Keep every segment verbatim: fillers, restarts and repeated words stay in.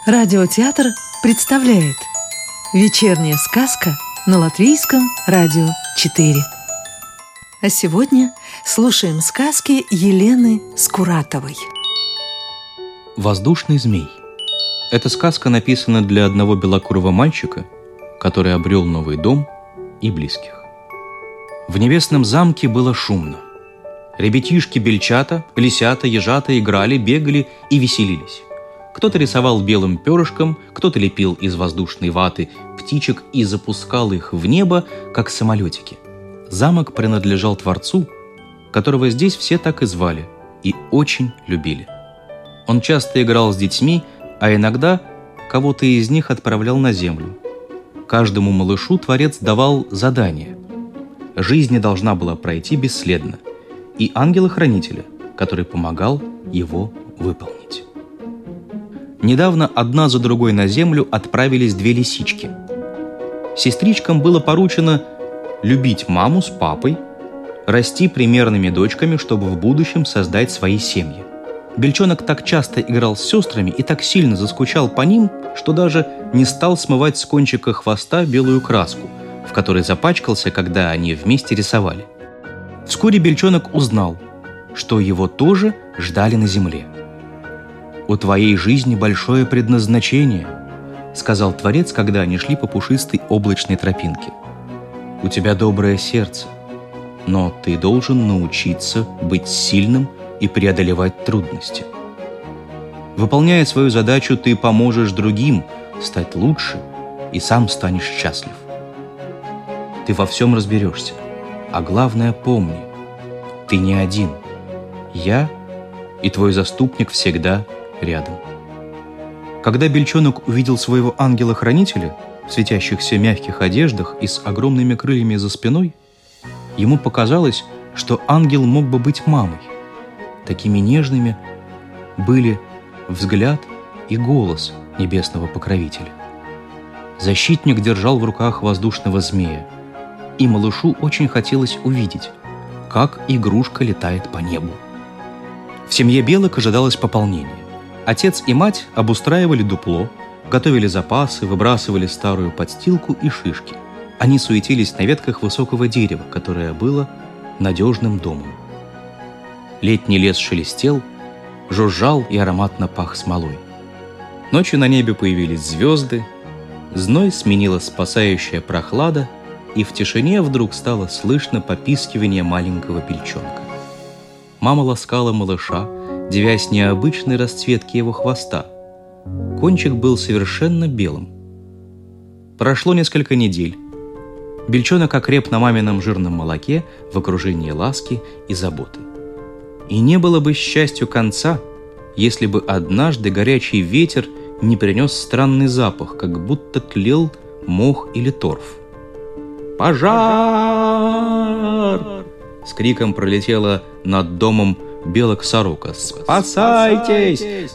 Радиотеатр представляет «Вечерняя сказка» на Латвийском радио четыре. А сегодня слушаем сказки Елены Скуратовой. «Воздушный змей». Эта сказка написана для одного белокурого мальчика, который обрел новый дом и близких. В небесном замке было шумно. Ребятишки-бельчата, лисята, ежата играли, бегали и веселились. Кто-то рисовал белым перышком, кто-то лепил из воздушной ваты птичек и запускал их в небо, как самолетики. Замок принадлежал Творцу, которого здесь все так и звали и очень любили. Он часто играл с детьми, а иногда кого-то из них отправлял на землю. Каждому малышу Творец давал задание. Жизнь не должна была пройти бесследно, и ангела-хранителя, который помогал его выполнить. Недавно одна за другой на землю отправились две лисички. Сестричкам было поручено любить маму с папой, расти примерными дочками, чтобы в будущем создать свои семьи. Бельчонок так часто играл с сестрами и так сильно заскучал по ним, что даже не стал смывать с кончика хвоста белую краску, в которой запачкался, когда они вместе рисовали. Вскоре Бельчонок узнал, что его тоже ждали на земле. «У твоей жизни большое предназначение», — сказал Творец, когда они шли по пушистой облачной тропинке. «У тебя доброе сердце, но ты должен научиться быть сильным и преодолевать трудности. Выполняя свою задачу, ты поможешь другим стать лучше и сам станешь счастлив. Ты во всем разберешься, а главное помни, ты не один. Я и твой заступник всегда рядом». Когда Бельчонок увидел своего ангела-хранителя в светящихся мягких одеждах и с огромными крыльями за спиной, ему показалось, что ангел мог бы быть мамой. Такими нежными были взгляд и голос небесного покровителя. Защитник держал в руках воздушного змея, и малышу очень хотелось увидеть, как игрушка летает по небу. В семье белок ожидалось пополнение. Отец и мать обустраивали дупло, готовили запасы, выбрасывали старую подстилку и шишки. Они суетились на ветках высокого дерева, которое было надежным домом. Летний лес шелестел, жужжал и ароматно пах смолой. Ночью на небе появились звезды, зной сменила спасающая прохлада, и в тишине вдруг стало слышно попискивание маленького бельчонка. Мама ласкала малыша, дивясь необычной расцветке его хвоста. Кончик был совершенно белым. Прошло несколько недель. Бельчонок окреп на мамином жирном молоке в окружении ласки и заботы. И не было бы счастью конца, если бы однажды горячий ветер не принес странный запах, как будто тлел мох или торф. «Пожар!» с криком пролетела над домом белок-сорока. «Спасайтесь!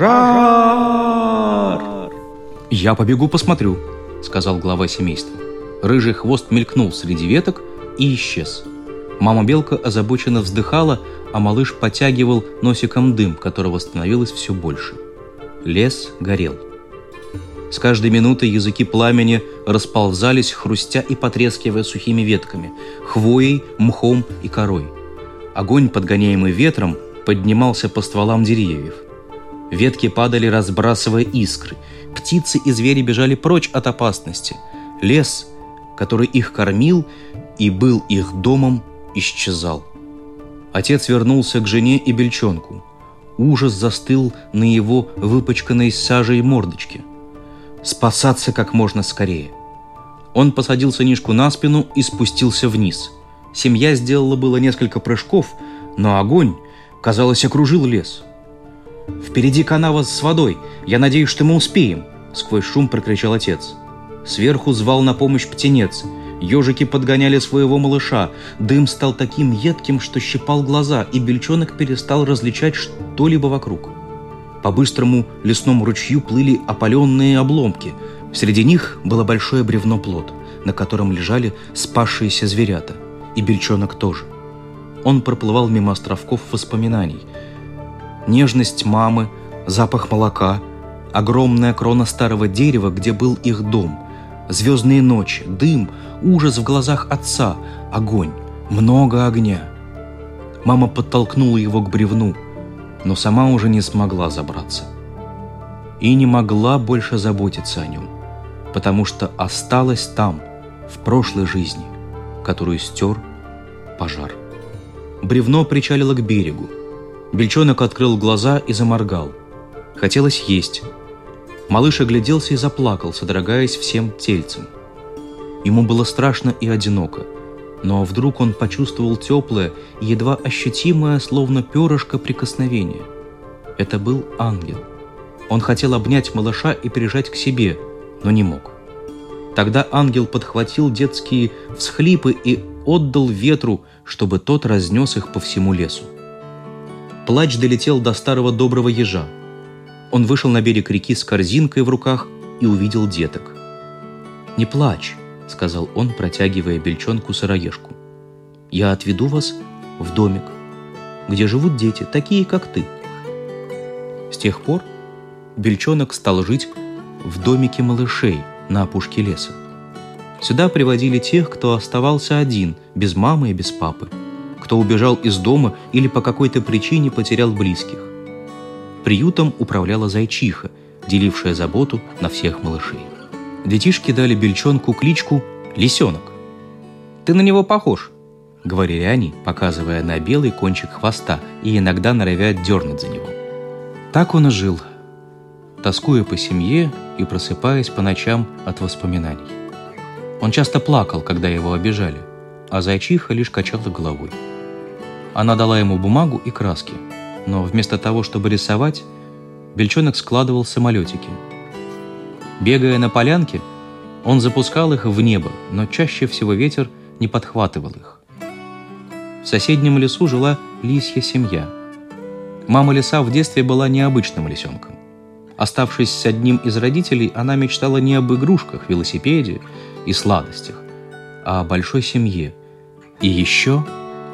Пожар!» «Я побегу посмотрю», — сказал глава семейства. Рыжий хвост мелькнул среди веток и исчез. Мама-белка озабоченно вздыхала, а малыш потягивал носиком дым, которого становилось все больше. Лес горел. С каждой минутой языки пламени расползались, хрустя и потрескивая сухими ветками, хвоей, мхом и корой. Огонь, подгоняемый ветром, поднимался по стволам деревьев. Ветки падали, разбрасывая искры. Птицы и звери бежали прочь от опасности. Лес, который их кормил и был их домом, исчезал. Отец вернулся к жене и бельчонку. Ужас застыл на его выпачканной сажей мордочке. Спасаться как можно скорее. Он посадил сынишку на спину и спустился вниз. Семья сделала было несколько прыжков, но огонь, казалось, окружил лес. «Впереди канава с водой. Я надеюсь, что мы успеем», — сквозь шум прокричал отец. Сверху звал на помощь птенец. Ежики подгоняли своего малыша. Дым стал таким едким, что щипал глаза, и бельчонок перестал различать что-либо вокруг. По быстрому лесному ручью плыли опаленные обломки. Среди них было большое бревно-плот, на котором лежали спасшиеся зверята. И бельчонок тоже. Он проплывал мимо островков воспоминаний. Нежность мамы, запах молока, огромная крона старого дерева, где был их дом, звездные ночи, дым, ужас в глазах отца, огонь, много огня. Мама подтолкнула его к бревну, но сама уже не смогла забраться. И не могла больше заботиться о нем, потому что осталась там, в прошлой жизни, которую стер пожар. Бревно причалило к берегу. Бельчонок открыл глаза и заморгал. Хотелось есть. Малыш огляделся и заплакал, содрогаясь всем тельцем. Ему было страшно и одиноко, но вдруг он почувствовал теплое и едва ощутимое, словно перышко, прикосновение. Это был ангел. Он хотел обнять малыша и прижать к себе, но не мог. Тогда ангел подхватил детские всхлипы и отдал ветру, чтобы тот разнес их по всему лесу. Плач долетел до старого доброго ежа. Он вышел на берег реки с корзинкой в руках и увидел деток. «Не плачь», — сказал он, протягивая Бельчонку сыроежку. «Я отведу вас в домик, где живут дети, такие, как ты». С тех пор Бельчонок стал жить в домике малышей на опушке леса. Сюда приводили тех, кто оставался один, без мамы и без папы, кто убежал из дома или по какой-то причине потерял близких. Приютом управляла зайчиха, делившая заботу на всех малышей. Детишки дали Бельчонку кличку Лисенок. «Ты на него похож», — говорили они, показывая на белый кончик хвоста и иногда норовя дернуть за него. Так он и жил, тоскуя по семье и просыпаясь по ночам от воспоминаний. Он часто плакал, когда его обижали, а зайчиха лишь качала головой. Она дала ему бумагу и краски, но вместо того, чтобы рисовать, Бельчонок складывал самолетики. Бегая на полянке, он запускал их в небо, но чаще всего ветер не подхватывал их. В соседнем лесу жила лисья семья. Мама лиса в детстве была необычным лисенком. Оставшись с одним из родителей, она мечтала не об игрушках, велосипеде и сладостях, а о большой семье и еще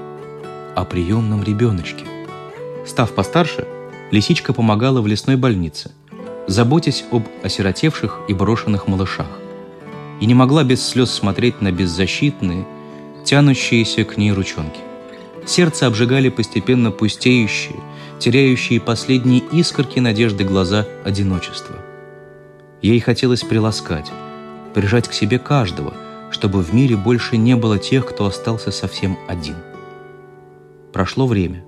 о приемном ребеночке. Став постарше, лисичка помогала в лесной больнице, заботясь об осиротевших и брошенных малышах, и не могла без слез смотреть на беззащитные, тянущиеся к ней ручонки. Сердце обжигали постепенно пустеющие, теряющие последние искорки надежды глаза одиночества. Ей хотелось приласкать, прижать к себе каждого, чтобы в мире больше не было тех, кто остался совсем один. Прошло время.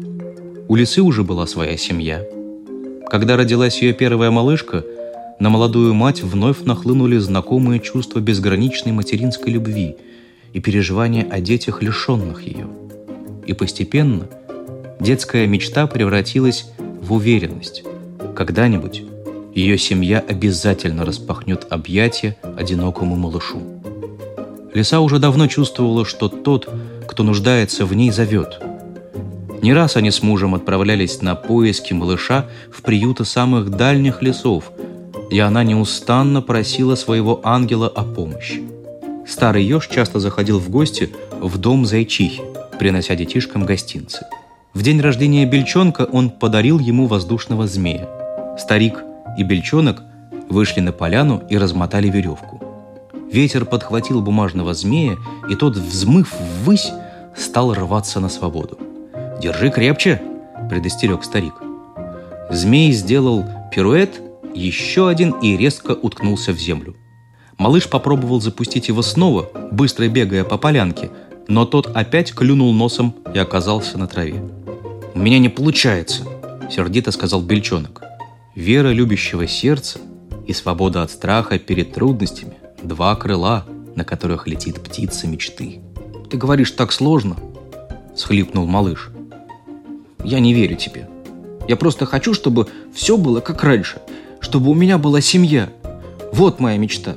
У лисы уже была своя семья. Когда родилась ее первая малышка, на молодую мать вновь нахлынули знакомые чувства безграничной материнской любви и переживания о детях, лишенных ее. И постепенно детская мечта превратилась в уверенность. Когда-нибудь ее семья обязательно распахнет объятия одинокому малышу. Лиса уже давно чувствовала, что тот, кто нуждается в ней, зовет. Не раз они с мужем отправлялись на поиски малыша в приюты самых дальних лесов, и она неустанно просила своего ангела о помощи. Старый еж часто заходил в гости в дом зайчихи, принося детишкам гостинцы. В день рождения Бельчонка он подарил ему воздушного змея. Старик и Бельчонок вышли на поляну и размотали веревку. Ветер подхватил бумажного змея, и тот, взмыв ввысь, стал рваться на свободу. «Держи крепче!» – предостерег старик. Змей сделал пируэт, еще один, и резко уткнулся в землю. Малыш попробовал запустить его снова, быстро бегая по полянке, но тот опять клюнул носом и оказался на траве. «У меня не получается!» – сердито сказал Бельчонок. Вера любящего сердца и свобода от страха перед трудностями – два крыла, на которых летит птица мечты. «Ты говоришь так сложно!» – схлипнул малыш. «Я не верю тебе. Я просто хочу, чтобы все было как раньше, чтобы у меня была семья. Вот моя мечта».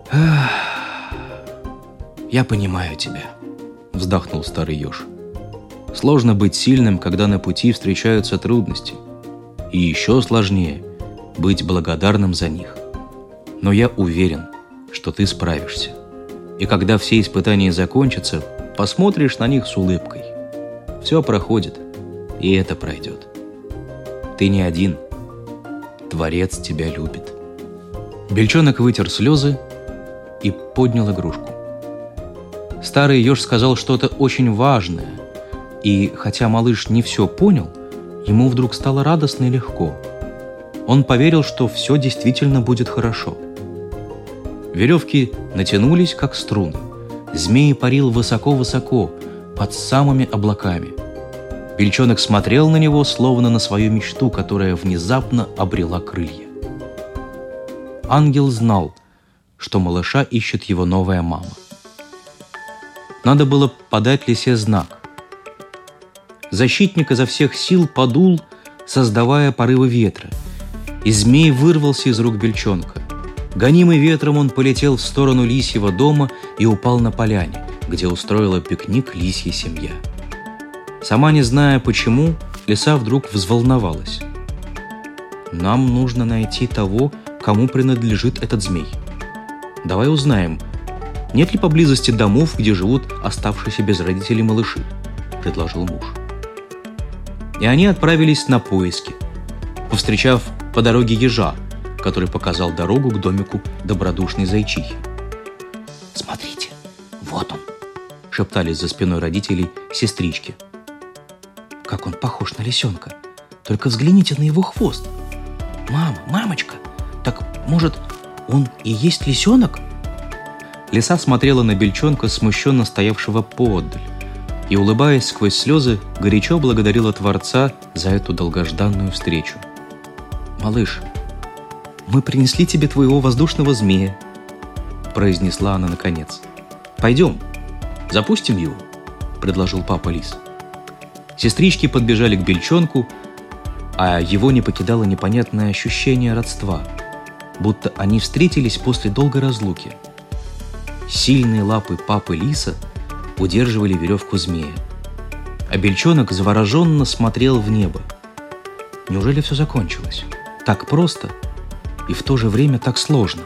«Я понимаю тебя», – вздохнул старый еж. «Сложно быть сильным, когда на пути встречаются трудности. И еще сложнее – быть благодарным за них. Но я уверен, что ты справишься. И когда все испытания закончатся, посмотришь на них с улыбкой. Все проходит, и это пройдет. Ты не один. Творец тебя любит». Бельчонок вытер слезы и поднял игрушку. Старый еж сказал что-то очень важное, и хотя малыш не все понял, ему вдруг стало радостно и легко. Он поверил, что все действительно будет хорошо. Веревки натянулись, как струны. Змей парил высоко-высоко, под самыми облаками. Бельчонок смотрел на него, словно на свою мечту, которая внезапно обрела крылья. Ангел знал, что малыша ищет его новая мама. Надо было подать лисе знак. Защитник изо всех сил подул, создавая порывы ветра, и змей вырвался из рук Бельчонка. Гонимый ветром он полетел в сторону лисьего дома и упал на поляне, где устроила пикник лисья семья. Сама не зная почему, лиса вдруг взволновалась. «Нам нужно найти того, кому принадлежит этот змей. Давай узнаем, нет ли поблизости домов, где живут оставшиеся без родителей малыши», — предложил муж. И они отправились на поиски, повстречав по дороге ежа, который показал дорогу к домику добродушной зайчихи. «Смотрите, вот он!» — шептались за спиной родителей сестрички. «Как он похож на лисенка! Только взгляните на его хвост! Мама, мамочка, так, может, он и есть лисенок?» Лиса смотрела на Бельчонка, смущенно стоявшего поодаль, и, улыбаясь сквозь слезы, горячо благодарила Творца за эту долгожданную встречу. «Малыш, мы принесли тебе твоего воздушного змея», — произнесла она наконец. «Пойдем, запустим его», — предложил папа лис. Сестрички подбежали к Бельчонку, а его не покидало непонятное ощущение родства, будто они встретились после долгой разлуки. Сильные лапы папы лиса удерживали веревку змея, а Бельчонок завороженно смотрел в небо. Неужели все закончилось? Так просто и в то же время так сложно.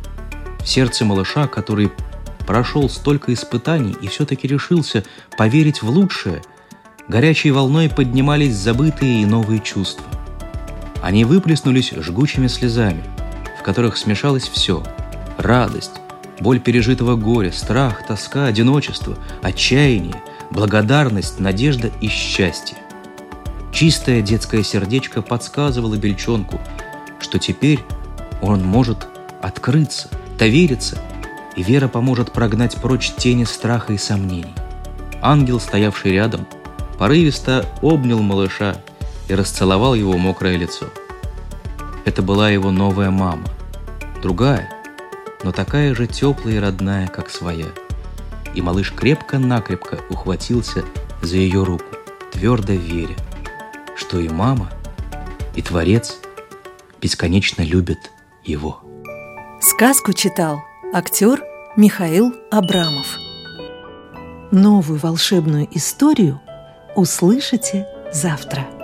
В сердце малыша, который прошел столько испытаний и все-таки решился поверить в лучшее, горячей волной поднимались забытые и новые чувства. Они выплеснулись жгучими слезами, в которых смешалось все – радость, боль пережитого горя, страх, тоска, одиночество, отчаяние, благодарность, надежда и счастье. Чистое детское сердечко подсказывало Бельчонку, что теперь он может открыться, довериться, и вера поможет прогнать прочь тени страха и сомнений. Ангел, стоявший рядом, порывисто обнял малыша и расцеловал его мокрое лицо. Это была его новая мама, другая, но такая же теплая и родная, как своя. И малыш крепко-накрепко ухватился за ее руку, твердо веря, что и мама, и Творец бесконечно любят его. Сказку читал актер Михаил Абрамов. Новую волшебную историю услышите завтра.